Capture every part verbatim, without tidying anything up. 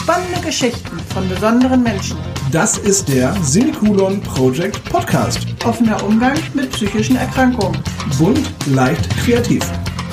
Spannende Geschichten von besonderen Menschen. Das ist der Semikolon Project Podcast. Offener Umgang mit psychischen Erkrankungen. Bunt, leicht, kreativ.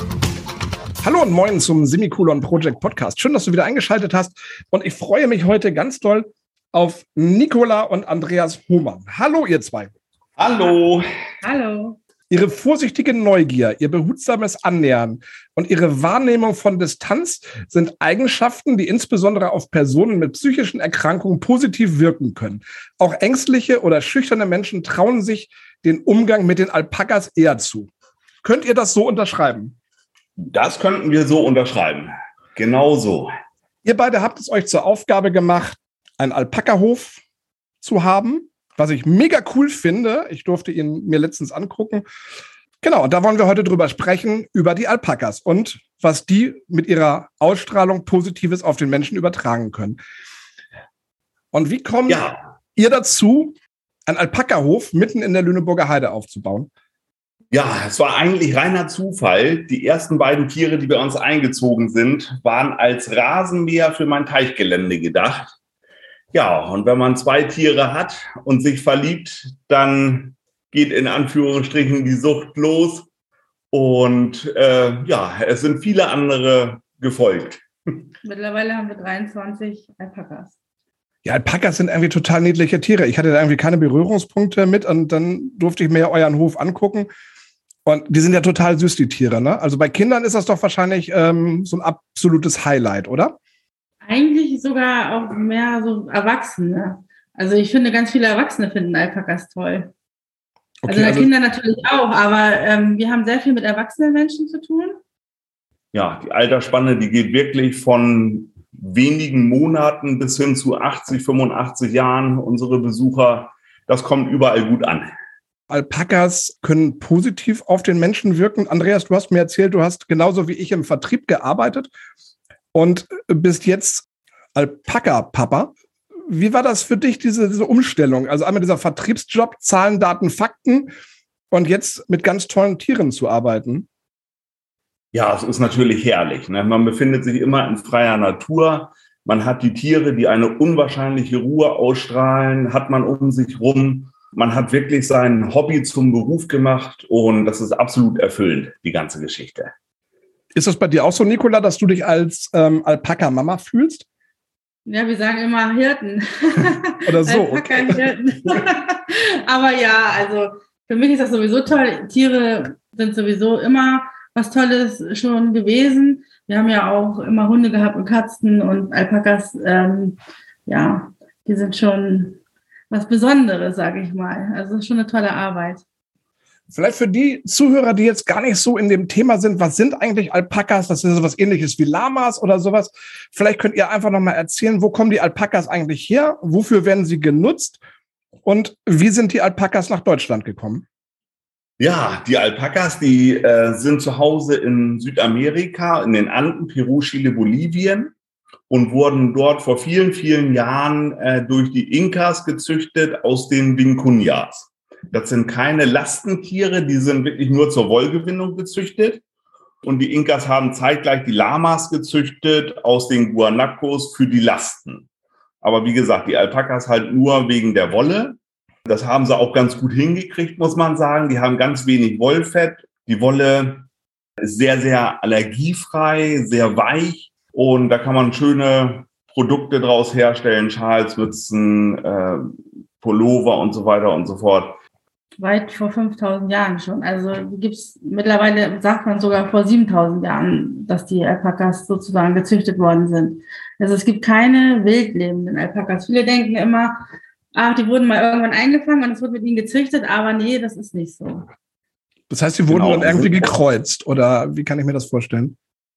Hallo und moin zum Semikolon Project Podcast. Schön, dass du wieder eingeschaltet hast. Und ich freue mich heute ganz doll auf Nicola und Andreas Hohmann. Hallo, ihr zwei. Hallo. Hallo. Ihre vorsichtige Neugier, ihr behutsames Annähern und ihre Wahrnehmung von Distanz sind Eigenschaften, die insbesondere auf Personen mit psychischen Erkrankungen positiv wirken können. Auch ängstliche oder schüchterne Menschen trauen sich den Umgang mit den Alpakas eher zu. Könnt ihr das so unterschreiben? Das könnten wir so unterschreiben. Genau so. Ihr beide habt es euch zur Aufgabe gemacht, einen Alpakahof zu haben. Was ich mega cool finde, ich durfte ihn mir letztens angucken. Genau, und da wollen wir heute drüber sprechen, über die Alpakas und was die mit ihrer Ausstrahlung Positives auf den Menschen übertragen können. Und wie kommt ja. ihr dazu, einen Alpakahof mitten in der Lüneburger Heide aufzubauen? Ja, es war eigentlich reiner Zufall. Die ersten beiden Tiere, die bei uns eingezogen sind, waren als Rasenmäher für mein Teichgelände gedacht. Ja, und wenn man zwei Tiere hat und sich verliebt, dann geht in Anführungsstrichen die Sucht los. Und äh, ja, es sind viele andere gefolgt. Mittlerweile haben wir dreiundzwanzig Alpakas. Ja, Alpakas sind irgendwie total niedliche Tiere. Ich hatte da irgendwie keine Berührungspunkte mit und dann durfte ich mir ja euren Hof angucken. Und die sind ja total süß, die Tiere, ne? Also bei Kindern ist das doch wahrscheinlich ähm, so ein absolutes Highlight, oder? Eigentlich sogar auch mehr so Erwachsene. Also ich finde, ganz viele Erwachsene finden Alpakas toll. Okay, also, also Kinder natürlich auch, aber ähm, wir haben sehr viel mit erwachsenen Menschen zu tun. Ja, die Altersspanne, die geht wirklich von wenigen Monaten bis hin zu achtzig, fünfundachtzig Jahren. Unsere Besucher, das kommt überall gut an. Alpakas können positiv auf den Menschen wirken. Andreas, du hast mir erzählt, du hast genauso wie ich im Vertrieb gearbeitet und bist jetzt Alpaka-Papa. Wie war das für dich, diese, diese Umstellung? Also einmal dieser Vertriebsjob, Zahlen, Daten, Fakten und jetzt mit ganz tollen Tieren zu arbeiten? Ja, es ist natürlich herrlich, ne? Man befindet sich immer in freier Natur. Man hat die Tiere, die eine unwahrscheinliche Ruhe ausstrahlen, hat man um sich rum. Man hat wirklich sein Hobby zum Beruf gemacht und das ist absolut erfüllend, die ganze Geschichte. Ist das bei dir auch so, Nicola, dass du dich als ähm, Alpaka-Mama fühlst? Ja, wir sagen immer Hirten. Oder so, okay. Hirten. Aber ja, also für mich ist das sowieso toll. Tiere sind sowieso immer was Tolles schon gewesen. Wir haben ja auch immer Hunde gehabt und Katzen und Alpakas. Ähm, ja, die sind schon was Besonderes, sage ich mal. Also es ist schon eine tolle Arbeit. Vielleicht für die Zuhörer, die jetzt gar nicht so in dem Thema sind, was sind eigentlich Alpakas? Das ist sowas Ähnliches wie Lamas oder sowas. Vielleicht könnt ihr einfach nochmal erzählen, wo kommen die Alpakas eigentlich her? Wofür werden sie genutzt? Und wie sind die Alpakas nach Deutschland gekommen? Ja, die Alpakas, die äh, sind zu Hause in Südamerika, in den Anden, Peru, Chile, Bolivien und wurden dort vor vielen, vielen Jahren äh, durch die Inkas gezüchtet aus den Vicuñas. Das sind keine Lastentiere, die sind wirklich nur zur Wollgewinnung gezüchtet. Und die Inkas haben zeitgleich die Lamas gezüchtet aus den Guanacos für die Lasten. Aber wie gesagt, die Alpakas halt nur wegen der Wolle. Das haben sie auch ganz gut hingekriegt, muss man sagen. Die haben ganz wenig Wollfett. Die Wolle ist sehr, sehr allergiefrei, sehr weich. Und da kann man schöne Produkte draus herstellen, Schals, Mützen, äh, Pullover und so weiter und so fort. Weit vor fünftausend Jahren schon. Also gibt es mittlerweile, sagt man sogar vor siebentausend Jahren, dass die Alpakas sozusagen gezüchtet worden sind. Also es gibt keine wildlebenden Alpakas. Viele denken immer, ach, die wurden mal irgendwann eingefangen und es wird mit ihnen gezüchtet, aber nee, das ist nicht so. Das heißt, sie wurden Genau. dann irgendwie gekreuzt oder wie kann ich mir das vorstellen?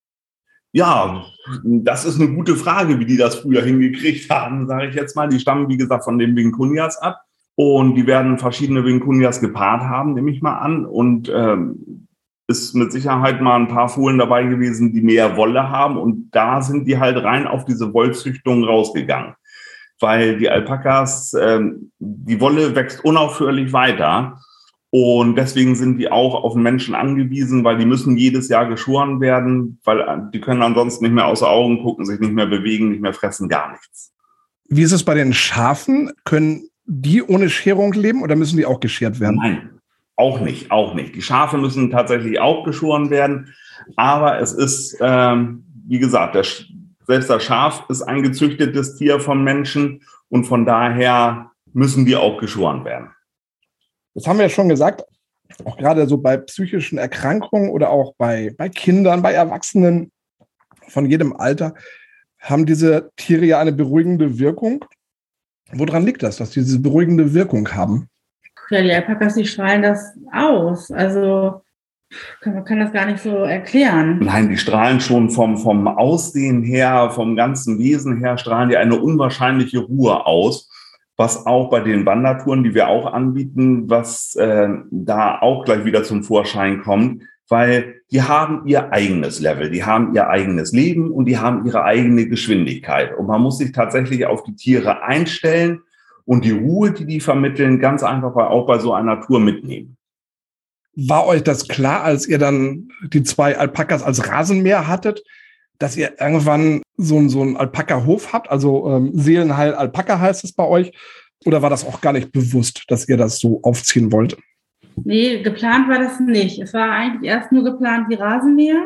Ja, das ist eine gute Frage, wie die das früher hingekriegt haben, sage ich jetzt mal. Die stammen, wie gesagt, von den Vicuñas ab. Und die werden verschiedene Vicuñas gepaart haben, nehme ich mal an. Und ähm, ist mit Sicherheit mal ein paar Fohlen dabei gewesen, die mehr Wolle haben. Und da sind die halt rein auf diese Wollzüchtung rausgegangen. Weil die Alpakas, ähm, die Wolle wächst unaufhörlich weiter. Und deswegen sind die auch auf den Menschen angewiesen, weil die müssen jedes Jahr geschoren werden, weil die können ansonsten nicht mehr außer Augen gucken, sich nicht mehr bewegen, nicht mehr fressen, gar nichts. Wie ist es bei den Schafen? Können die ohne Scherung leben oder müssen die auch geschert werden? Nein, auch nicht, auch nicht. Die Schafe müssen tatsächlich auch geschoren werden, aber es ist, ähm, wie gesagt, der, selbst das Schaf ist ein gezüchtetes Tier vom Menschen und von daher müssen die auch geschoren werden. Das haben wir ja schon gesagt, auch gerade so bei psychischen Erkrankungen oder auch bei, bei Kindern, bei Erwachsenen von jedem Alter haben diese Tiere ja eine beruhigende Wirkung. Woran liegt das, dass die diese beruhigende Wirkung haben? Ja, die Alpakas, die strahlen das aus. Also man kann das gar nicht so erklären. Nein, die strahlen schon vom, vom Aussehen her, vom ganzen Wesen her, strahlen die eine unwahrscheinliche Ruhe aus. Was auch bei den Wandertouren, die wir auch anbieten, was äh, da auch gleich wieder zum Vorschein kommt, weil die haben ihr eigenes Level, die haben ihr eigenes Leben und die haben ihre eigene Geschwindigkeit. Und man muss sich tatsächlich auf die Tiere einstellen und die Ruhe, die die vermitteln, ganz einfach auch bei so einer Tour mitnehmen. War euch das klar, als ihr dann die zwei Alpakas als Rasenmäher hattet, dass ihr irgendwann so, ein, so einen Alpaka-Hof habt? Also ähm, Seelenheil Alpaka heißt es bei euch. Oder war das auch gar nicht bewusst, dass ihr das so aufziehen wollt? Nee, geplant war das nicht. Es war eigentlich erst nur geplant die Rasenmäher.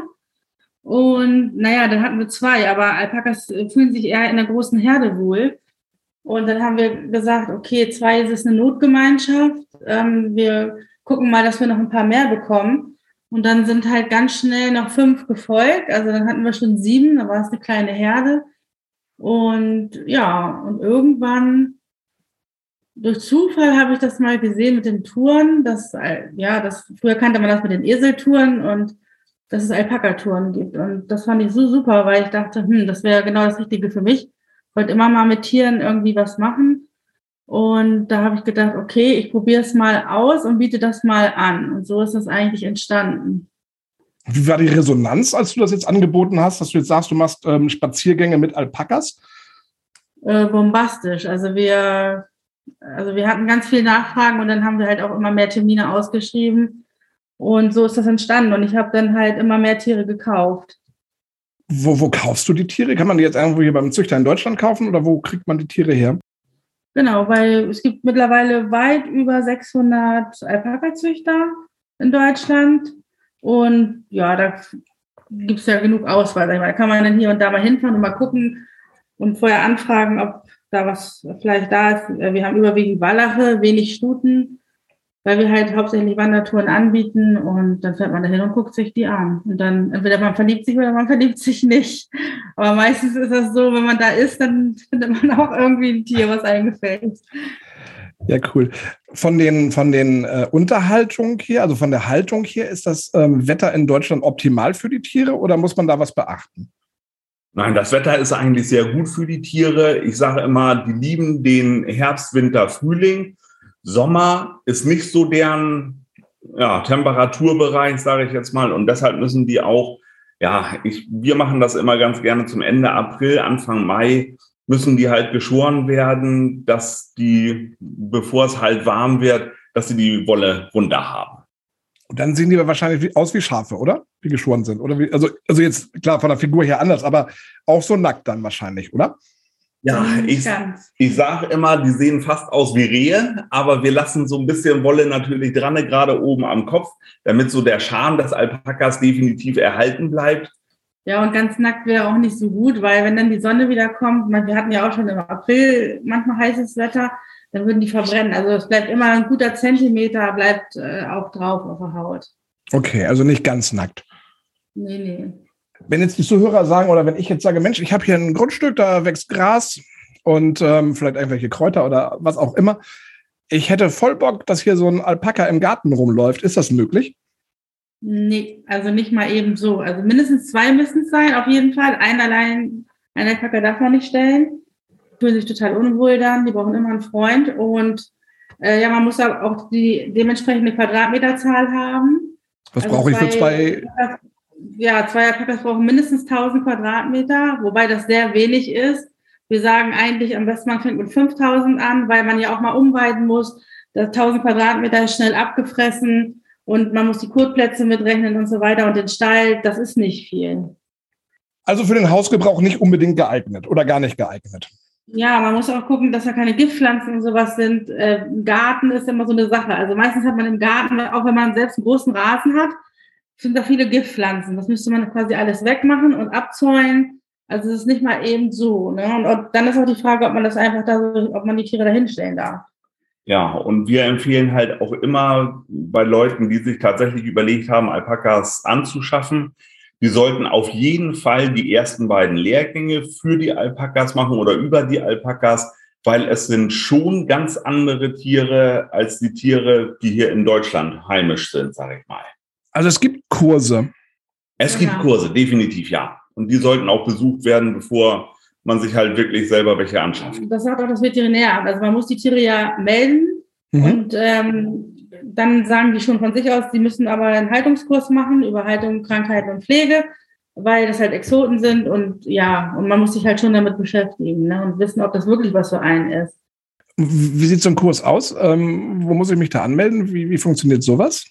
Und naja, dann hatten wir zwei, aber Alpakas fühlen sich eher in der großen Herde wohl. Und dann haben wir gesagt, okay, zwei ist es eine Notgemeinschaft. Ähm, wir gucken mal, dass wir noch ein paar mehr bekommen. Und dann sind halt ganz schnell noch fünf gefolgt. Also dann hatten wir schon sieben, da war es eine kleine Herde. Und ja, und irgendwann, durch Zufall habe ich das mal gesehen mit den Touren. Dass, ja, das, früher kannte man das mit den Eseltouren und dass es Alpaka-Touren gibt. Und das fand ich so super, weil ich dachte, hm, das wäre genau das Richtige für mich. Ich wollte immer mal mit Tieren irgendwie was machen. Und da habe ich gedacht, okay, ich probiere es mal aus und biete das mal an. Und so ist das eigentlich entstanden. Wie war die Resonanz, als du das jetzt angeboten hast, dass du jetzt sagst, du machst ähm, Spaziergänge mit Alpakas? Äh, bombastisch. Also wir, also wir hatten ganz viele Nachfragen und dann haben wir halt auch immer mehr Termine ausgeschrieben. Und so ist das entstanden. Und ich habe dann halt immer mehr Tiere gekauft. Wo, wo kaufst du die Tiere? Kann man die jetzt irgendwo hier beim Züchter in Deutschland kaufen oder wo kriegt man die Tiere her? Genau, weil es gibt mittlerweile weit über sechshundert Alpaka-Züchter in Deutschland. Und ja, da gibt es ja genug Auswahl. Da kann man dann hier und da mal hinfahren und mal gucken und vorher anfragen, ob da was vielleicht da ist. Wir haben überwiegend Wallache, wenig Stuten, weil wir halt hauptsächlich Wandertouren anbieten. Und dann fährt man da hin und guckt sich die an. Und dann entweder man verliebt sich oder man verliebt sich nicht. Aber meistens ist das so, wenn man da ist, dann findet man auch irgendwie ein Tier, was einem gefällt. Ja, cool. Von den, von den äh, Unterhaltung hier, also von der Haltung hier, ist das ähm, Wetter in Deutschland optimal für die Tiere oder muss man da was beachten? Nein, das Wetter ist eigentlich sehr gut für die Tiere. Ich sage immer, die lieben den Herbst, Winter, Frühling. Sommer ist nicht so deren ja, Temperaturbereich, sage ich jetzt mal. Und deshalb müssen die auch, ja, ich, wir machen das immer ganz gerne zum Ende April, Anfang Mai, müssen die halt geschoren werden, dass die, bevor es halt warm wird, dass sie die Wolle runter haben. Und dann sehen die wahrscheinlich wie, aus wie Schafe, oder? Die geschoren sind. Oder wie, also, also jetzt, klar, von der Figur her anders, aber auch so nackt dann wahrscheinlich, oder? Ja, ich, ich sage immer, die sehen fast aus wie Rehe, aber wir lassen so ein bisschen Wolle natürlich dran, gerade oben am Kopf, damit so der Charme des Alpakas definitiv erhalten bleibt. Ja, und ganz nackt wäre auch nicht so gut, weil wenn dann die Sonne wieder kommt, wir hatten ja auch schon im April manchmal heißes Wetter, dann würden die verbrennen. Also es bleibt immer ein guter Zentimeter, bleibt äh, auch drauf auf der Haut. Okay, also nicht ganz nackt. Nee, nee. Wenn jetzt die Zuhörer sagen, oder wenn ich jetzt sage, Mensch, ich habe hier ein Grundstück, da wächst Gras und ähm, vielleicht irgendwelche Kräuter oder was auch immer. Ich hätte voll Bock, dass hier so ein Alpaka im Garten rumläuft. Ist das möglich? Nee, also nicht mal eben so. Also mindestens zwei müssen es sein, auf jeden Fall. Ein allein, ein Alpaka darf man nicht stellen. Die fühlen sich total unwohl dann, die brauchen immer einen Freund. Und äh, ja, man muss aber auch die dementsprechende Quadratmeterzahl haben. Was also brauche ich für zwei? Ja, zwei Alpakas brauchen mindestens tausend Quadratmeter, wobei das sehr wenig ist. Wir sagen eigentlich, am besten man fängt mit fünftausend an, weil man ja auch mal umweiden muss. das tausend Quadratmeter ist schnell abgefressen und man muss die Kotplätze mitrechnen und so weiter und den Stall, das ist nicht viel. Also für den Hausgebrauch nicht unbedingt geeignet oder gar nicht geeignet. Ja, man muss auch gucken, dass da keine Giftpflanzen und sowas sind. Äh, Garten ist immer so eine Sache. Also meistens hat man im Garten, auch wenn man selbst einen großen Rasen hat, sind da viele Giftpflanzen. Das müsste man quasi alles wegmachen und abzäunen. Also es ist nicht mal eben so. Ne? Und, und dann ist auch die Frage, ob man das einfach da, ob man die Tiere da hinstellen darf. Ja, und wir empfehlen halt auch immer bei Leuten, die sich tatsächlich überlegt haben, Alpakas anzuschaffen, die sollten auf jeden Fall die ersten beiden Lehrgänge für die Alpakas machen oder über die Alpakas, weil es sind schon ganz andere Tiere als die Tiere, die hier in Deutschland heimisch sind, sage ich mal. Also es gibt Kurse. Es gibt Ja. Kurse, definitiv ja. Und die sollten auch besucht werden, bevor man sich halt wirklich selber welche anschafft. Das sagt auch das Veterinäramt. Also man muss die Tiere ja melden Mhm. und ähm, dann sagen die schon von sich aus, sie müssen aber einen Haltungskurs machen über Haltung, Krankheiten und Pflege, weil das halt Exoten sind und ja, und man muss sich halt schon damit beschäftigen, ne, und wissen, ob das wirklich was für einen ist. Wie sieht so ein Kurs aus? Ähm, wo muss ich mich da anmelden? Wie, wie funktioniert sowas?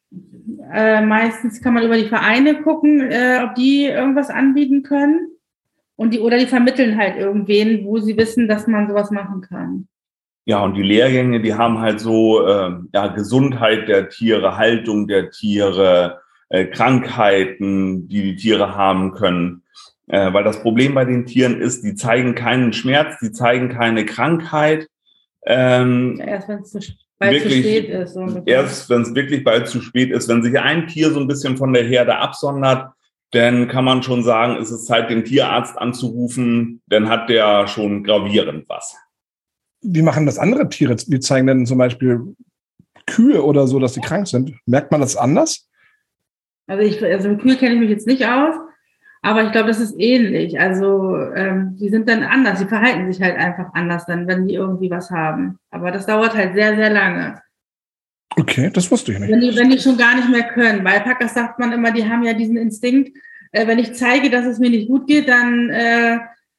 Äh, meistens kann man über die Vereine gucken, äh, ob die irgendwas anbieten können und die oder die vermitteln halt irgendwen, wo sie wissen, dass man sowas machen kann. Ja, und die Lehrgänge, die haben halt so äh, ja, Gesundheit der Tiere, Haltung der Tiere, äh, Krankheiten, die die Tiere haben können. Äh, weil das Problem bei den Tieren ist, die zeigen keinen Schmerz, die zeigen keine Krankheit. Ähm, Ja, erst wenn es zu, bald zu spät ist. So ungefähr. Erst wenn es wirklich bald zu spät ist. Wenn sich ein Tier so ein bisschen von der Herde absondert, dann kann man schon sagen, ist es Zeit, den Tierarzt anzurufen, dann hat der schon gravierend was. Wie machen das andere Tiere? Wie zeigen denn zum Beispiel Kühe oder so, dass sie krank sind? Merkt man das anders? Also ich, also mit Kühe kenne ich mich jetzt nicht aus, aber ich glaube, das ist ähnlich. Also ähm, die sind dann anders, die verhalten sich halt einfach anders dann, wenn die irgendwie was haben. Aber das dauert halt sehr, sehr lange. Okay, das wusste ich nicht. Wenn die, wenn die schon gar nicht mehr können. Bei Alpakas sagt man immer, die haben ja diesen Instinkt, äh, wenn ich zeige, dass es mir nicht gut geht, dann äh,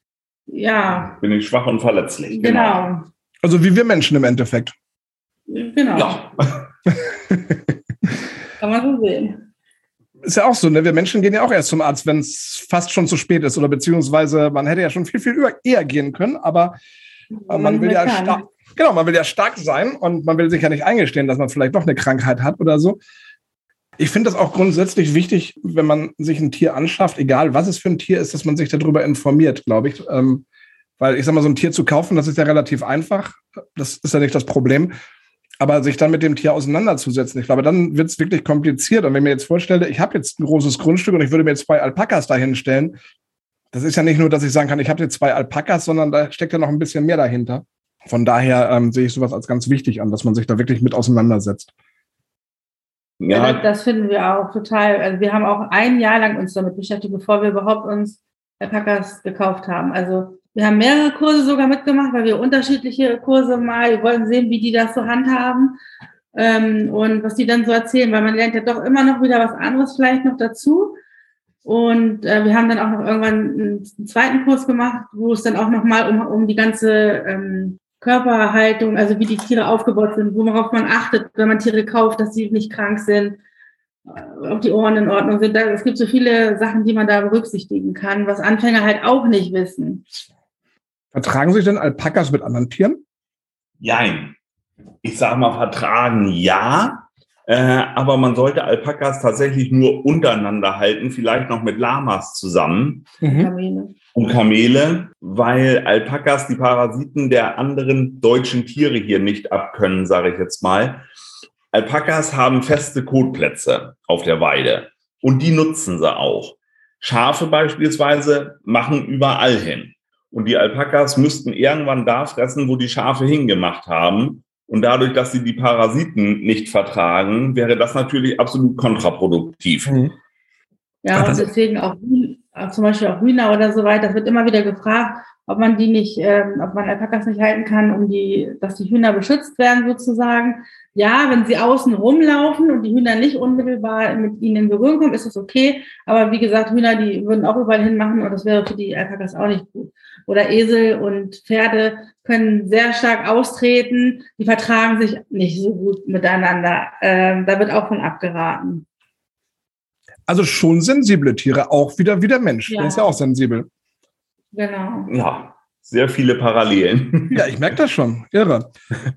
ja. Bin ich schwach und verletzlich. Genau. Genau. Also wie wir Menschen im Endeffekt. Genau. Ja. Kann man so sehen. Ist ja auch so, ne? Wir Menschen gehen ja auch erst zum Arzt, wenn es fast schon zu spät ist. Oder beziehungsweise man hätte ja schon viel, viel eher gehen können, aber man, man will ja stark, genau, man will ja stark sein und man will sich ja nicht eingestehen, dass man vielleicht doch eine Krankheit hat oder so. Ich finde das auch grundsätzlich wichtig, wenn man sich ein Tier anschafft, egal was es für ein Tier ist, dass man sich darüber informiert, glaube ich. Ähm, weil ich sag mal, so ein Tier zu kaufen, das ist ja relativ einfach. Das ist ja nicht das Problem. Aber sich dann mit dem Tier auseinanderzusetzen, ich glaube, dann wird es wirklich kompliziert. Und wenn ich mir jetzt vorstelle, ich habe jetzt ein großes Grundstück und ich würde mir jetzt zwei Alpakas dahinstellen, das ist ja nicht nur, dass ich sagen kann, ich habe jetzt zwei Alpakas, sondern da steckt ja noch ein bisschen mehr dahinter. Von daher ähm, sehe ich sowas als ganz wichtig an, dass man sich da wirklich mit auseinandersetzt. Ja, das, das finden wir auch total. Also wir haben auch ein Jahr lang uns damit beschäftigt, bevor wir überhaupt uns Alpakas gekauft haben. Also wir haben mehrere Kurse sogar mitgemacht, weil wir unterschiedliche Kurse mal, wir wollten sehen, wie die das so handhaben ähm, und was die dann so erzählen, weil man lernt ja doch immer noch wieder was anderes vielleicht noch dazu. Und äh, wir haben dann auch noch irgendwann einen, einen zweiten Kurs gemacht, wo es dann auch nochmal um, um die ganze ähm, Körperhaltung, also wie die Tiere aufgebaut sind, worauf man achtet, wenn man Tiere kauft, dass sie nicht krank sind, ob die Ohren in Ordnung sind. Es gibt so viele Sachen, die man da berücksichtigen kann, was Anfänger halt auch nicht wissen. Vertragen sich denn Alpakas mit anderen Tieren? Jein. Ich sage mal, vertragen ja, äh, aber man sollte Alpakas tatsächlich nur untereinander halten, vielleicht noch mit Lamas zusammen. Mhm. Kamele. Und Kamele, weil Alpakas die Parasiten der anderen deutschen Tiere hier nicht abkönnen, sage ich jetzt mal. Alpakas haben feste Kotplätze auf der Weide und die nutzen sie auch. Schafe beispielsweise machen überall hin. Und die Alpakas müssten irgendwann da fressen, wo die Schafe hingemacht haben. Und dadurch, dass sie die Parasiten nicht vertragen, wäre das natürlich absolut kontraproduktiv. Mhm. Ja, und deswegen auch, zum Beispiel auch Hühner oder so weiter, das wird immer wieder gefragt, ob man die nicht, ähm, ob man Alpakas nicht halten kann, um die, dass die Hühner beschützt werden sozusagen. Ja, wenn sie außen rumlaufen und die Hühner nicht unmittelbar mit ihnen in Berührung kommen, ist das okay. Aber wie gesagt, Hühner, die würden auch überall hinmachen und das wäre für die Alpakas auch nicht gut. Oder Esel und Pferde können sehr stark austreten. Die vertragen sich nicht so gut miteinander. Ähm, da wird auch von abgeraten. Also schon sensible Tiere, auch wieder wie der Mensch. Ja. Der ist ja auch sensibel. Genau. Ja, sehr viele Parallelen. Ja, ich merke das schon. Irre.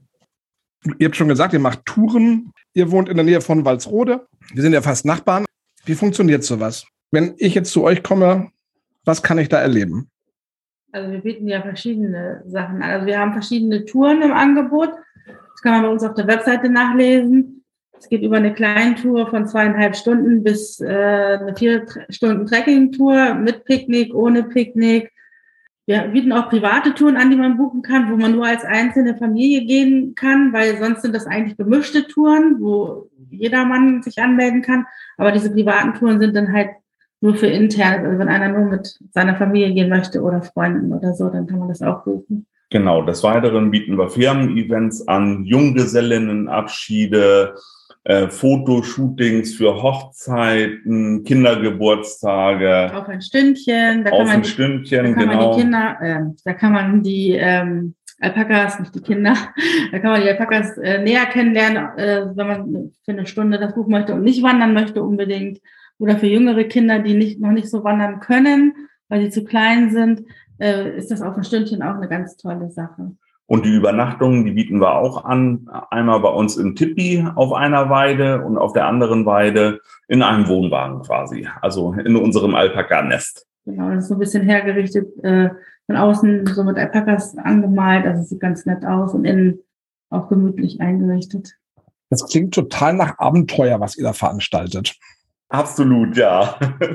Ihr habt schon gesagt, ihr macht Touren. Ihr wohnt in der Nähe von Walsrode. Wir sind ja fast Nachbarn. Wie funktioniert sowas? Wenn ich jetzt zu euch komme, was kann ich da erleben? Also wir bieten ja verschiedene Sachen an. Also wir haben verschiedene Touren im Angebot. Das kann man bei uns auf der Webseite nachlesen. Es geht über eine Kleintour von zweieinhalb Stunden bis äh, eine vier Stunden Trekkingtour mit Picknick, ohne Picknick. Wir bieten auch private Touren an, die man buchen kann, wo man nur als einzelne Familie gehen kann, weil sonst sind das eigentlich gemischte Touren, wo jedermann sich anmelden kann. Aber diese privaten Touren sind dann halt nur für intern. Also wenn einer nur mit seiner Familie gehen möchte oder Freunden oder so, dann kann man das auch buchen. Genau, des Weiteren bieten wir Firmen-Events an, Junggesellinnenabschiede, äh, Fotoshootings für Hochzeiten, Kindergeburtstage. Auf ein Stündchen. Da auf kann man ein die, Stündchen, da kann genau. man die Kinder, äh, da kann man die ähm, Alpakas, nicht die Kinder, da kann man die Alpakas äh, näher kennenlernen, äh, wenn man für eine Stunde das buchen möchte und nicht wandern möchte unbedingt. Oder für jüngere Kinder, die nicht, noch nicht so wandern können, weil sie zu klein sind, äh, ist das auf ein Stündchen auch eine ganz tolle Sache. Und die Übernachtungen, die bieten wir auch an. Einmal bei uns im Tipi auf einer Weide und auf der anderen Weide in einem Wohnwagen quasi. Also in unserem Alpaka-Nest. Genau, das ist so ein bisschen hergerichtet, äh, von außen so mit Alpakas angemalt. Also es sieht ganz nett aus und innen auch gemütlich eingerichtet. Das klingt total nach Abenteuer, was ihr da veranstaltet. Absolut, ja.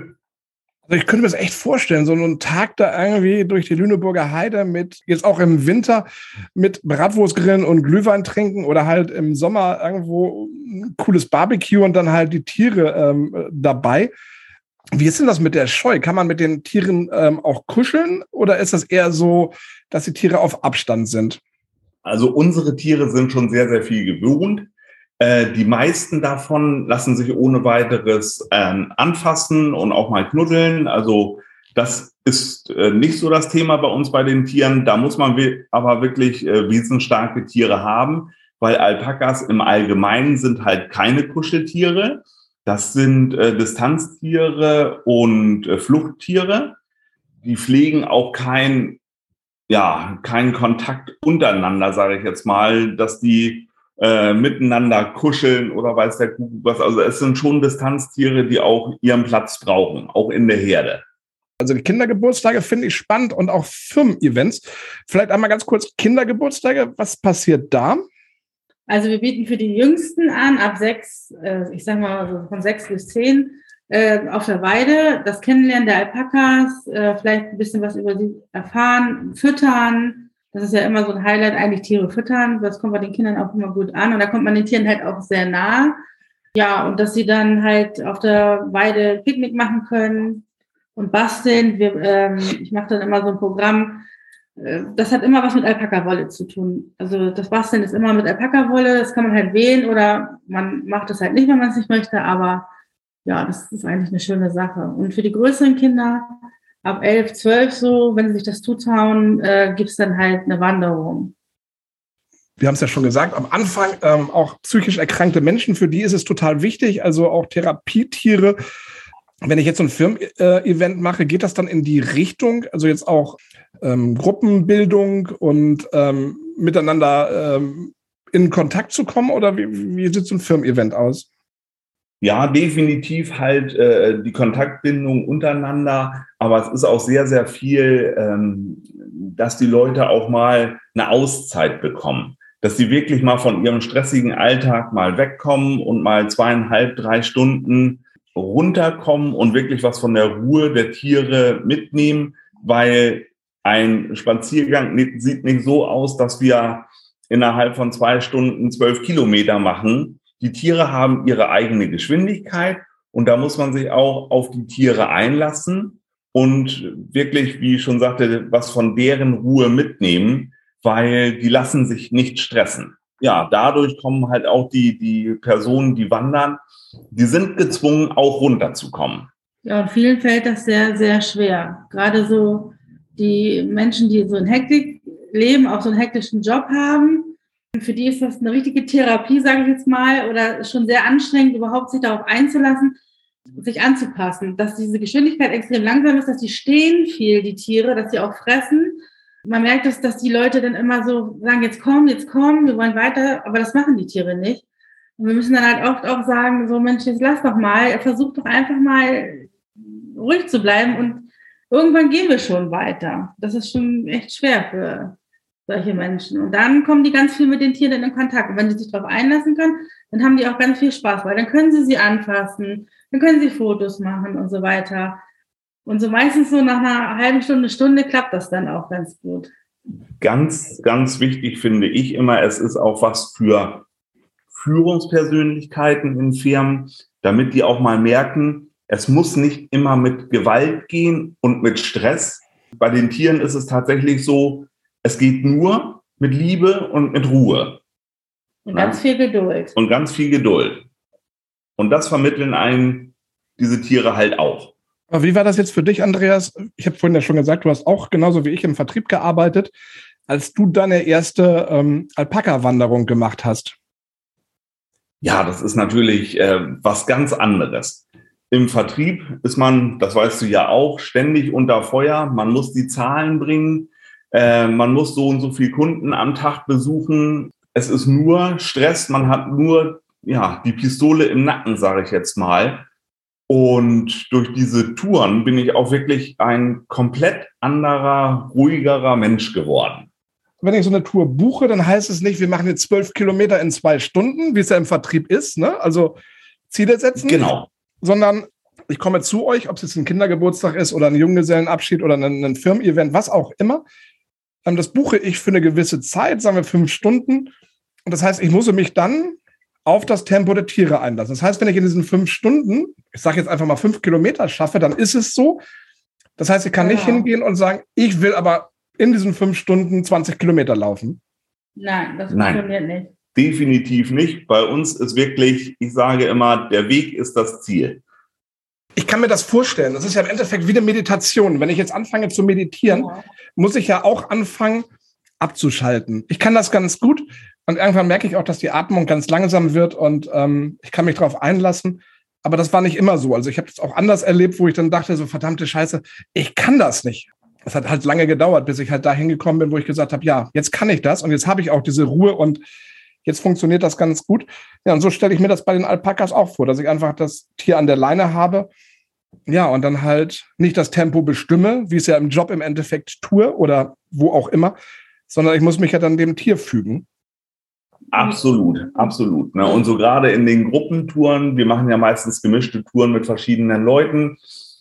Also ich könnte mir das echt vorstellen, so einen Tag da irgendwie durch die Lüneburger Heide mit, jetzt auch im Winter, mit Bratwurstgrillen und Glühwein trinken oder halt im Sommer irgendwo ein cooles Barbecue und dann halt die Tiere ähm, dabei. Wie ist denn das mit der Scheu? Kann man mit den Tieren ähm, auch kuscheln oder ist das eher so, dass die Tiere auf Abstand sind? Also unsere Tiere sind schon sehr, sehr viel gewohnt. Äh, die meisten davon lassen sich ohne weiteres ähm, anfassen und auch mal knuddeln. Also das ist äh, nicht so das Thema bei uns bei den Tieren. Da muss man we- aber wirklich äh, wesensstarke Tiere haben, weil Alpakas im Allgemeinen sind halt keine Kuscheltiere. Das sind äh, Distanztiere und äh, Fluchttiere. Die pflegen auch kein, ja, keinen Kontakt untereinander, sage ich jetzt mal, dass die Äh, miteinander kuscheln oder weiß der Kuckuck was. Also es sind schon Distanztiere, die auch ihren Platz brauchen, auch in der Herde. Also die Kindergeburtstage finde ich spannend und auch Firmen-Events. Vielleicht einmal ganz kurz Kindergeburtstage. Was passiert da? Also wir bieten für die Jüngsten an, ab sechs, äh, ich sag mal so von sechs bis zehn, äh, auf der Weide, das Kennenlernen der Alpakas, äh, vielleicht ein bisschen was über sie erfahren, füttern. Das ist ja immer so ein Highlight, eigentlich Tiere füttern. Das kommt bei den Kindern auch immer gut an. Und da kommt man den Tieren halt auch sehr nah. Ja, und dass sie dann halt auf der Weide Picknick machen können und basteln. Wir, ähm, ich mache dann immer so ein Programm. Äh, das hat immer was mit Alpaka-Wolle zu tun. Also das Basteln ist immer mit Alpaka-Wolle. Das kann man halt wählen oder man macht es halt nicht, wenn man es nicht möchte. Aber ja, das ist eigentlich eine schöne Sache. Und für die größeren Kinder ab elf, zwölf so, wenn sie sich das zutrauen, äh, gibt es dann halt eine Wanderung. Wir haben es ja schon gesagt, am Anfang ähm, auch psychisch erkrankte Menschen, für die ist es total wichtig, also auch Therapietiere. Wenn ich jetzt so ein Firmen-Event mache, geht das dann in die Richtung, also jetzt auch ähm, Gruppenbildung und ähm, miteinander ähm, in Kontakt zu kommen oder wie, wie sieht so ein Firmen-Event aus? Ja, definitiv halt äh, die Kontaktbindung untereinander, aber es ist auch sehr, sehr viel, ähm, dass die Leute auch mal eine Auszeit bekommen, dass sie wirklich mal von ihrem stressigen Alltag mal wegkommen und mal zweieinhalb, drei Stunden runterkommen und wirklich was von der Ruhe der Tiere mitnehmen, weil ein Spaziergang sieht nicht so aus, dass wir innerhalb von zwei Stunden zwölf Kilometer machen. Die Tiere haben ihre eigene Geschwindigkeit und da muss man sich auch auf die Tiere einlassen. und wirklich, wie ich schon sagte, was von deren Ruhe mitnehmen, weil die lassen sich nicht stressen. Ja, dadurch kommen halt auch die, die Personen, die wandern, die sind gezwungen, auch runterzukommen. Ja, und vielen fällt das sehr, sehr schwer. Gerade so die Menschen, die so in Hektik leben, auch so einen hektischen Job haben. Für die ist das eine richtige Therapie, sage ich jetzt mal, oder schon sehr anstrengend, überhaupt sich darauf einzulassen, sich anzupassen. Dass diese Geschwindigkeit extrem langsam ist, dass die stehen viel, die Tiere, dass sie auch fressen. Man merkt, dass, dass die Leute dann immer so sagen, jetzt komm, jetzt komm, wir wollen weiter, aber das machen die Tiere nicht. Und wir müssen dann halt oft auch sagen, so Mensch, jetzt lass doch mal, versuch doch einfach mal ruhig zu bleiben und irgendwann gehen wir schon weiter. Das ist schon echt schwer für solche Menschen. Und dann kommen die ganz viel mit den Tieren in Kontakt. Und wenn sie sich darauf einlassen können, dann haben die auch ganz viel Spaß, weil dann können sie sie anfassen, dann können sie Fotos machen und so weiter. Und so meistens so nach einer halben Stunde, Stunde klappt das dann auch ganz gut. Ganz, ganz wichtig finde ich immer, es ist auch was für Führungspersönlichkeiten in Firmen, damit die auch mal merken, es muss nicht immer mit Gewalt gehen und mit Stress. Bei den Tieren ist es tatsächlich so, es geht nur mit Liebe und mit Ruhe. Und ganz viel Geduld. Und ganz viel Geduld. Und das vermitteln einem diese Tiere halt auch. Aber wie war das jetzt für dich, Andreas? Ich habe vorhin ja schon gesagt, du hast auch genauso wie ich im Vertrieb gearbeitet, als du deine erste ähm, Alpaka-Wanderung gemacht hast. Ja, das ist natürlich äh, was ganz anderes. Im Vertrieb ist man, das weißt du ja auch, ständig unter Feuer. Man muss die Zahlen bringen. Äh, man muss so und so viele Kunden am Tag besuchen. Es ist nur Stress. Man hat nur ja die Pistole im Nacken, sage ich jetzt mal. Und durch diese Touren bin ich auch wirklich ein komplett anderer, ruhigerer Mensch geworden. Wenn ich so eine Tour buche, dann heißt es nicht, wir machen jetzt zwölf Kilometer in zwei Stunden, wie es ja im Vertrieb ist, ne? Also Ziele setzen. Genau. Sondern ich komme zu euch, ob es jetzt ein Kindergeburtstag ist oder ein Junggesellenabschied oder ein, ein Firmen-Event, was auch immer. Das buche ich für eine gewisse Zeit, sagen wir fünf Stunden. Und das heißt, ich muss mich dann auf das Tempo der Tiere einlassen. Das heißt, wenn ich in diesen fünf Stunden, ich sage jetzt einfach mal fünf Kilometer schaffe, dann ist es so. Das heißt, ich kann ja nicht hingehen und sagen, ich will aber in diesen fünf Stunden zwanzig Kilometer laufen. Nein, das Nein, funktioniert nicht. Definitiv nicht. Bei uns ist wirklich, ich sage immer, der Weg ist das Ziel. Ich kann mir das vorstellen. Das ist ja im Endeffekt wie eine Meditation. Wenn ich jetzt anfange zu meditieren, ja. muss ich ja auch anfangen abzuschalten. Ich kann das ganz gut und irgendwann merke ich auch, dass die Atmung ganz langsam wird und ähm, ich kann mich darauf einlassen. Aber das war nicht immer so. Also ich habe es auch anders erlebt, wo ich dann dachte, so verdammte Scheiße, ich kann das nicht. Es hat halt lange gedauert, bis ich halt dahin gekommen bin, wo ich gesagt habe, ja, jetzt kann ich das und jetzt habe ich auch diese Ruhe und jetzt funktioniert das ganz gut. Ja, und so stelle ich mir das bei den Alpakas auch vor, dass ich einfach das Tier an der Leine habe. Ja, und dann halt nicht das Tempo bestimme, wie es ja im Job im Endeffekt tue oder wo auch immer, sondern ich muss mich ja dann dem Tier fügen. Absolut, absolut. Ne? Und so gerade in den Gruppentouren, wir machen ja meistens gemischte Touren mit verschiedenen Leuten.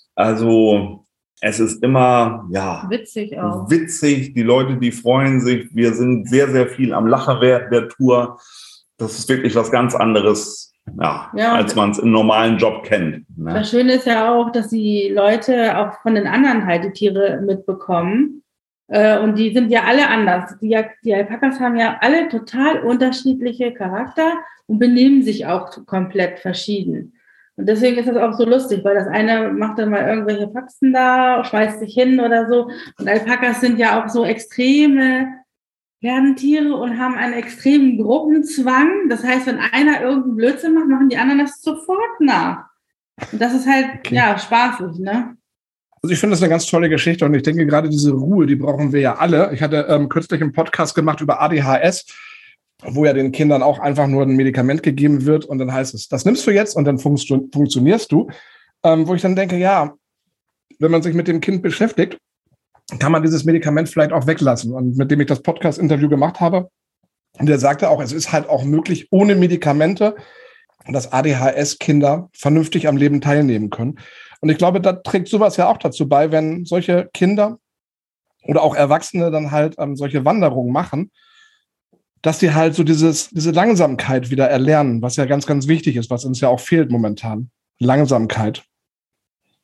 Also es ist immer, ja, witzig auch. Witzig, die Leute, die freuen sich. Wir sind sehr, sehr viel am Lachen während der Tour. Das ist wirklich was ganz anderes, ja, ja, als man es im normalen Job kennt. Ne? Das Schöne ist ja auch, dass die Leute auch von den anderen halt die Tiere mitbekommen. Und die sind ja alle anders. Die, die Alpakas haben ja alle total unterschiedliche Charakter und benehmen sich auch komplett verschieden. Und deswegen ist das auch so lustig, weil das eine macht dann mal irgendwelche Faxen da, schmeißt sich hin oder so. Und Alpakas sind ja auch so extreme Herdentiere und haben einen extremen Gruppenzwang. Das heißt, wenn einer irgendeinen Blödsinn macht, machen die anderen das sofort nach. Und das ist halt, okay. ja, spaßig, ne? Also ich finde das eine ganz tolle Geschichte und ich denke, gerade diese Ruhe, die brauchen wir ja alle. Ich hatte ähm, kürzlich einen Podcast gemacht über A D H S, wo ja den Kindern auch einfach nur ein Medikament gegeben wird und dann heißt es, das nimmst du jetzt und dann funktio- funktionierst du. Ähm, wo ich dann denke, ja, wenn man sich mit dem Kind beschäftigt, kann man dieses Medikament vielleicht auch weglassen. Und mit dem ich das Podcast-Interview gemacht habe, und der sagte auch, es ist halt auch möglich, ohne Medikamente, dass A D H S-Kinder vernünftig am Leben teilnehmen können. Und ich glaube, da trägt sowas ja auch dazu bei, wenn solche Kinder oder auch Erwachsene dann halt ähm, solche Wanderungen machen, dass sie halt so dieses, diese Langsamkeit wieder erlernen, was ja ganz, ganz wichtig ist, was uns ja auch fehlt momentan. Langsamkeit.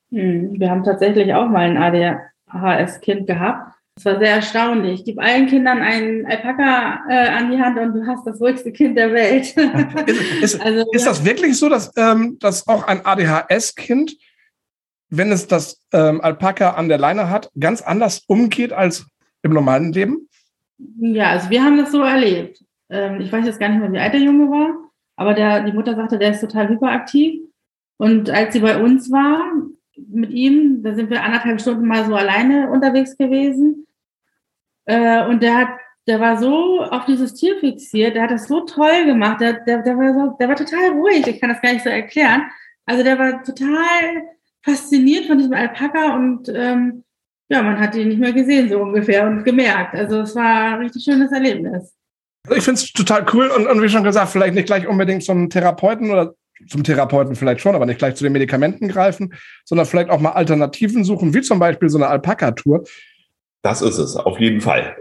Hm, Wir haben tatsächlich auch mal ein A D H S-Kind gehabt. Das war sehr erstaunlich. Gib allen Kindern einen Alpaka äh, an die Hand und du hast das ruhigste Kind der Welt. Ist, ist, also, ist das wirklich so, dass, ähm, dass auch ein A D H S-Kind, wenn es das ähm, Alpaka an der Leine hat, ganz anders umgeht als im normalen Leben? Ja, also wir haben das so erlebt. Ähm, ich weiß jetzt gar nicht mehr, wie alt der Junge war, aber der, die Mutter sagte, der ist total hyperaktiv. Und als sie bei uns war mit ihm, da sind wir anderthalb Stunden mal so alleine unterwegs gewesen. Äh, und der hat, der war so auf dieses Tier fixiert, der hat das so toll gemacht, der, der, der, war so, der war total ruhig, ich kann das gar nicht so erklären. Also der war total fasziniert von diesem Alpaka und ähm, ja, man hat ihn nicht mehr gesehen, so ungefähr, und gemerkt. Also es war ein richtig schönes Erlebnis. Also ich finde es total cool und, und wie schon gesagt, vielleicht nicht gleich unbedingt zum Therapeuten oder zum Therapeuten vielleicht schon, aber nicht gleich zu den Medikamenten greifen, sondern vielleicht auch mal Alternativen suchen, wie zum Beispiel so eine Alpaka-Tour. Das ist es, auf jeden Fall.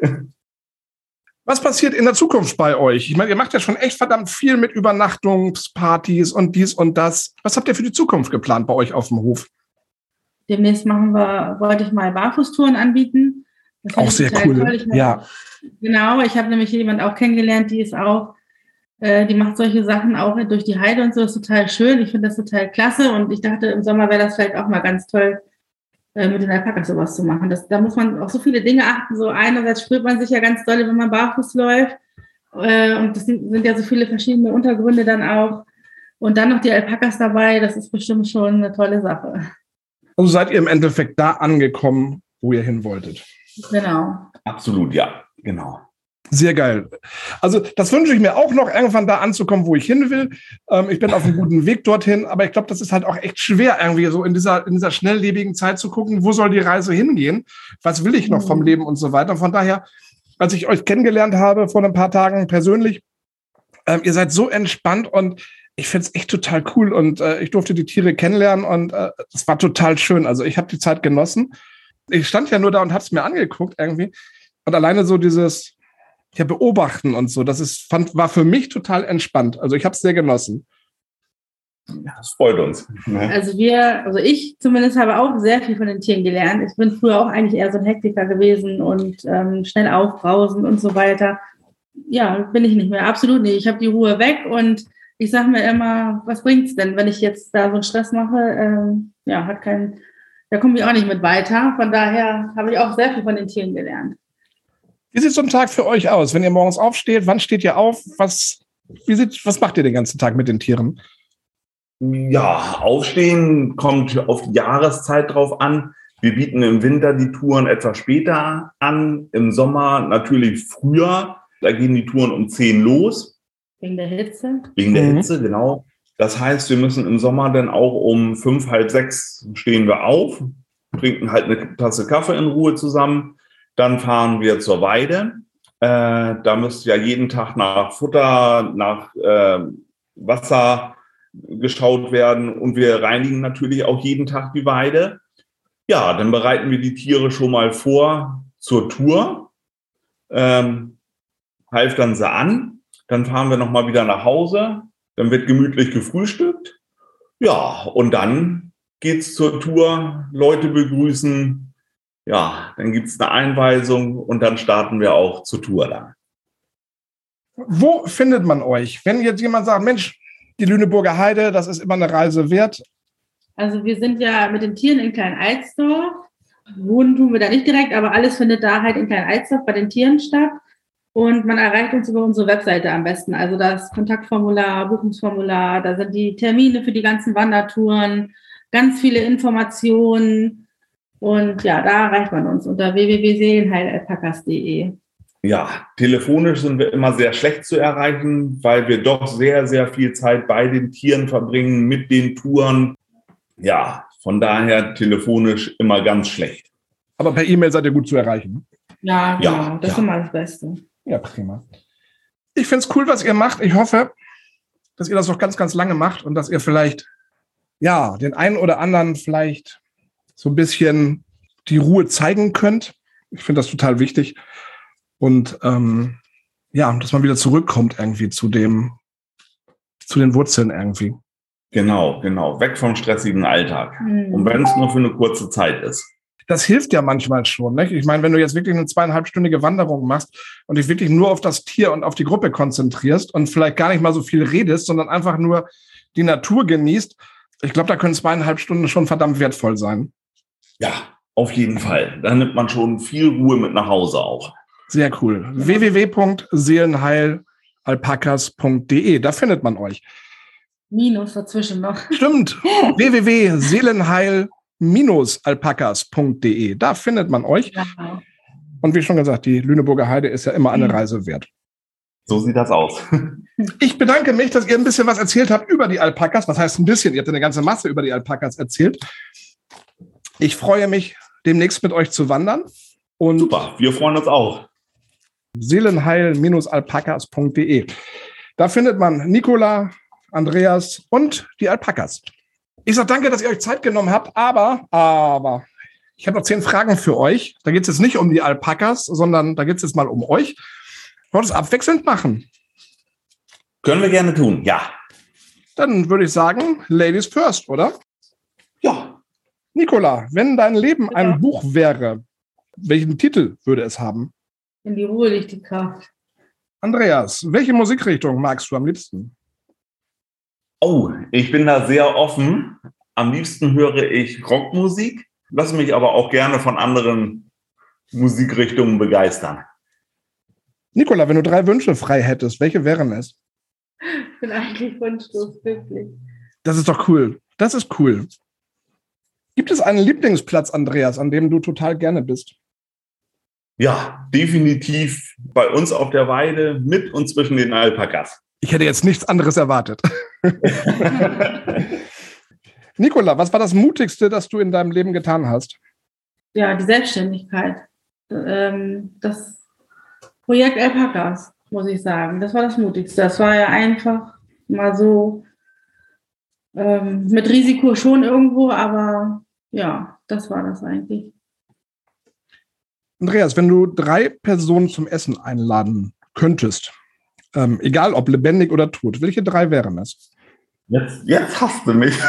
Was passiert in der Zukunft bei euch? Ich meine, ihr macht ja schon echt verdammt viel mit Übernachtungspartys und dies und das. Was habt ihr für die Zukunft geplant bei euch auf dem Hof? Demnächst machen wir, wollte ich mal Barfußtouren anbieten. Das Auch sehr cool, ich ja. Genau, ich habe nämlich jemand auch kennengelernt, die ist auch, äh, die macht solche Sachen auch durch die Heide und so, das ist total schön. Ich finde das total klasse und ich dachte, im Sommer wäre das vielleicht auch mal ganz toll, äh, mit den Alpakas sowas zu machen. Das, da muss man auf so viele Dinge achten. So einerseits spürt man sich ja ganz doll, wenn man barfuß läuft äh, und das sind, sind ja so viele verschiedene Untergründe dann auch. Und dann noch die Alpakas dabei, das ist bestimmt schon eine tolle Sache. Also seid ihr im Endeffekt da angekommen, wo ihr hin wolltet. Genau. Absolut, ja, genau. Sehr geil. Also das wünsche ich mir auch noch, irgendwann da anzukommen, wo ich hin will. Ähm, ich bin auf einem guten Weg dorthin, aber ich glaube, das ist halt auch echt schwer, irgendwie so in dieser, in dieser schnelllebigen Zeit zu gucken, wo soll die Reise hingehen? Was will ich noch vom Leben und so weiter. Von daher, als ich euch kennengelernt habe vor ein paar Tagen persönlich, ähm, ihr seid so entspannt und ich finde es echt total cool und äh, ich durfte die Tiere kennenlernen und es äh, war total schön. Also ich habe die Zeit genossen. Ich stand ja nur da und habe es mir angeguckt irgendwie und alleine so dieses ja, Beobachten und so, das ist, fand, war für mich total entspannt. Also ich habe es sehr genossen. Ja, das freut uns. Ne? Also wir, also ich zumindest habe auch sehr viel von den Tieren gelernt. Ich bin früher auch eigentlich eher so ein Hektiker gewesen und ähm, schnell aufbrausen und so weiter. Ja, bin ich nicht mehr, absolut nicht. Ich habe die Ruhe weg und ich sage mir immer, was bringt's denn, wenn ich jetzt da so einen Stress mache? Ähm, ja, hat keinen, da komme ich auch nicht mit weiter. Von daher habe ich auch sehr viel von den Tieren gelernt. Wie sieht so ein Tag für euch aus, wenn ihr morgens aufsteht? Wann steht ihr auf? Was, wie sieht, was macht ihr den ganzen Tag mit den Tieren? Ja, aufstehen kommt auf die Jahreszeit drauf an. Wir bieten im Winter die Touren etwas später an, im Sommer natürlich früher. Da gehen die Touren um zehn los. Wegen der Hitze? Wegen der Mhm. Hitze, genau. Das heißt, wir müssen im Sommer dann auch um fünf, halb sechs stehen wir auf, trinken halt eine Tasse Kaffee in Ruhe zusammen. Dann fahren wir zur Weide. Äh, da müsste ja jeden Tag nach Futter, nach äh, Wasser geschaut werden. Und wir reinigen natürlich auch jeden Tag die Weide. Ja, dann bereiten wir die Tiere schon mal vor zur Tour, ähm, halftern sie an. Dann fahren wir nochmal wieder nach Hause. Dann wird gemütlich gefrühstückt. Ja, und dann geht's zur Tour, Leute begrüßen. Ja, dann gibt's eine Einweisung und dann starten wir auch zur Tour dann. Wo findet man euch? Wenn jetzt jemand sagt, Mensch, die Lüneburger Heide, das ist immer eine Reise wert. Also wir sind ja mit den Tieren in Klein-Alsdorf. Wohnen tun wir da nicht direkt, aber alles findet da halt in Klein-Alsdorf bei den Tieren statt. Und man erreicht uns über unsere Webseite am besten. Also das Kontaktformular, Buchungsformular, da sind die Termine für die ganzen Wandertouren, ganz viele Informationen. Und ja, da erreicht man uns unter w w w punkt seelenheilalpakas punkt de. Ja, telefonisch sind wir immer sehr schlecht zu erreichen, weil wir doch sehr, sehr viel Zeit bei den Tieren verbringen, mit den Touren. Ja, von daher telefonisch immer ganz schlecht. Aber per E-Mail seid ihr gut zu erreichen. Ja, genau, Ja, das ja. ist immer das Beste. Ja, prima. Ich finde es cool, was ihr macht. Ich hoffe, dass ihr das noch ganz, ganz lange macht und dass ihr vielleicht, ja, den einen oder anderen vielleicht so ein bisschen die Ruhe zeigen könnt. Ich finde das total wichtig. Und ähm, ja, dass man wieder zurückkommt irgendwie zu dem, zu den Wurzeln irgendwie. Genau, genau. Weg vom stressigen Alltag. Mhm. Und wenn es nur für eine kurze Zeit ist. Das hilft ja manchmal schon. Nicht? Ich meine, wenn du jetzt wirklich eine zweieinhalbstündige Wanderung machst und dich wirklich nur auf das Tier und auf die Gruppe konzentrierst und vielleicht gar nicht mal so viel redest, sondern einfach nur die Natur genießt, ich glaube, da können zweieinhalb Stunden schon verdammt wertvoll sein. Ja, auf jeden Fall. Da nimmt man schon viel Ruhe mit nach Hause auch. Sehr cool. w w w punkt seelenheil alpakas punkt d e, da findet man euch. Minus dazwischen noch. Stimmt. w w w punkt seelenheil alpakas punkt d e, da findet man euch. Ja. Und wie schon gesagt, die Lüneburger Heide ist ja immer eine Reise wert. So sieht das aus. Ich bedanke mich, dass ihr ein bisschen was erzählt habt über die Alpakas. Was heißt ein bisschen? Ihr habt eine ganze Masse über die Alpakas erzählt. Ich freue mich, demnächst mit euch zu wandern. Und Super, wir freuen uns auch. seelenheil alpakas punkt d e. Da findet man Nicola, Andreas und die Alpakas. Ich sage danke, dass ihr euch Zeit genommen habt, aber, aber, ich habe noch zehn Fragen für euch. Da geht es jetzt nicht um die Alpakas, sondern da geht es jetzt mal um euch. Wollt ihr es abwechselnd machen? Können wir gerne tun, ja. Dann würde ich sagen, Ladies first, oder? Ja. Nicola, wenn dein Leben ein Ja. Buch wäre, welchen Titel würde es haben? In die Ruhe liegt die Kraft. Andreas, welche Musikrichtung magst du am liebsten? Oh, ich bin da sehr offen. Am liebsten höre ich Rockmusik, lasse mich aber auch gerne von anderen Musikrichtungen begeistern. Nicola, wenn du drei Wünsche frei hättest, welche wären es? Ich bin eigentlich wunschlos glücklich. Das ist doch cool. Das ist cool. Gibt es einen Lieblingsplatz, Andreas, an dem du total gerne bist? Ja, definitiv bei uns auf der Weide mit und zwischen den Alpakas. Ich hätte jetzt nichts anderes erwartet. Nicola, was war das Mutigste, das du in deinem Leben getan hast? Ja, die Selbstständigkeit. Ähm, das Projekt Alpakas, muss ich sagen. Das war das Mutigste. Das war ja einfach mal so ähm, mit Risiko schon irgendwo, aber ja, das war das eigentlich. Andreas, wenn du drei Personen zum Essen einladen könntest, ähm, egal ob lebendig oder tot, welche drei wären es? Jetzt, jetzt hasst du mich.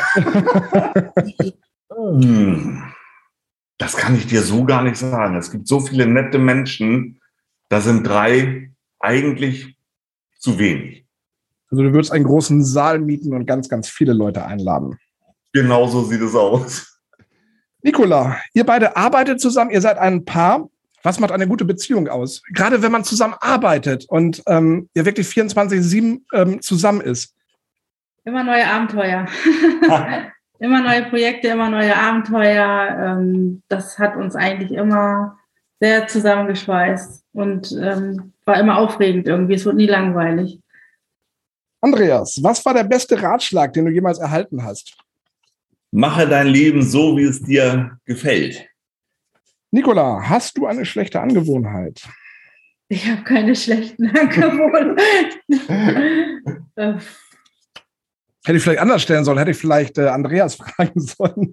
Hm. Das kann ich dir so gar nicht sagen. Es gibt so viele nette Menschen, da sind drei eigentlich zu wenig. Also du würdest einen großen Saal mieten und ganz, ganz viele Leute einladen. Genau so sieht es aus. Nicola, ihr beide arbeitet zusammen, ihr seid ein Paar. Was macht eine gute Beziehung aus? Gerade wenn man zusammen arbeitet und ähm, ihr wirklich vierundzwanzig sieben ähm, zusammen ist. Immer neue Abenteuer. Immer neue Projekte, immer neue Abenteuer. Ähm, das hat uns eigentlich immer sehr zusammengeschweißt und ähm, war immer aufregend irgendwie. Es wurde nie langweilig. Andreas, was war der beste Ratschlag, den du jemals erhalten hast? Mache dein Leben so, wie es dir gefällt. Nicola, hast du eine schlechte Angewohnheit? Ich habe keine schlechten Angewohnheiten. Hätte ich vielleicht anders stellen sollen, hätte ich vielleicht äh, Andreas fragen sollen.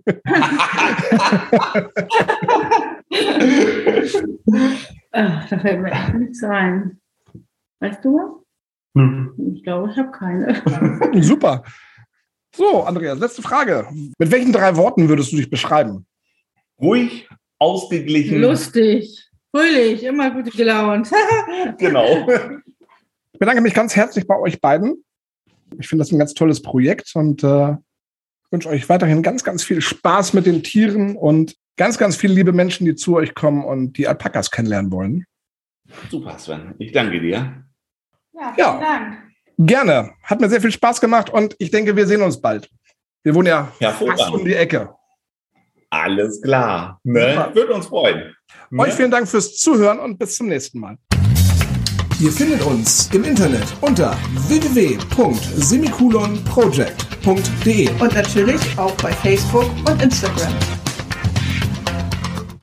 Ach, da fällt mir echt nichts ein. Weißt du? Hm. Ich glaube, ich habe keine. Super. So, Andreas, letzte Frage. Mit welchen drei Worten würdest du dich beschreiben? Ruhig, ausgeglichen. Lustig, fröhlich, immer gut gelaunt. Genau. Ich bedanke mich ganz herzlich bei euch beiden. Ich finde das ein ganz tolles Projekt und äh, wünsche euch weiterhin ganz, ganz viel Spaß mit den Tieren und ganz, ganz viele liebe Menschen, die zu euch kommen und die Alpakas kennenlernen wollen. Super, Sven. Ich danke dir. Ja, vielen Ja. Dank. Gerne. Hat mir sehr viel Spaß gemacht und ich denke, wir sehen uns bald. Wir wohnen ja Hervorragend. fast um die Ecke. Alles klar. Ne? Würde uns freuen. Ne? Euch vielen Dank fürs Zuhören und bis zum nächsten Mal. Ihr findet uns im Internet unter w w w punkt semikolon project punkt d e. Und natürlich auch bei Facebook und Instagram.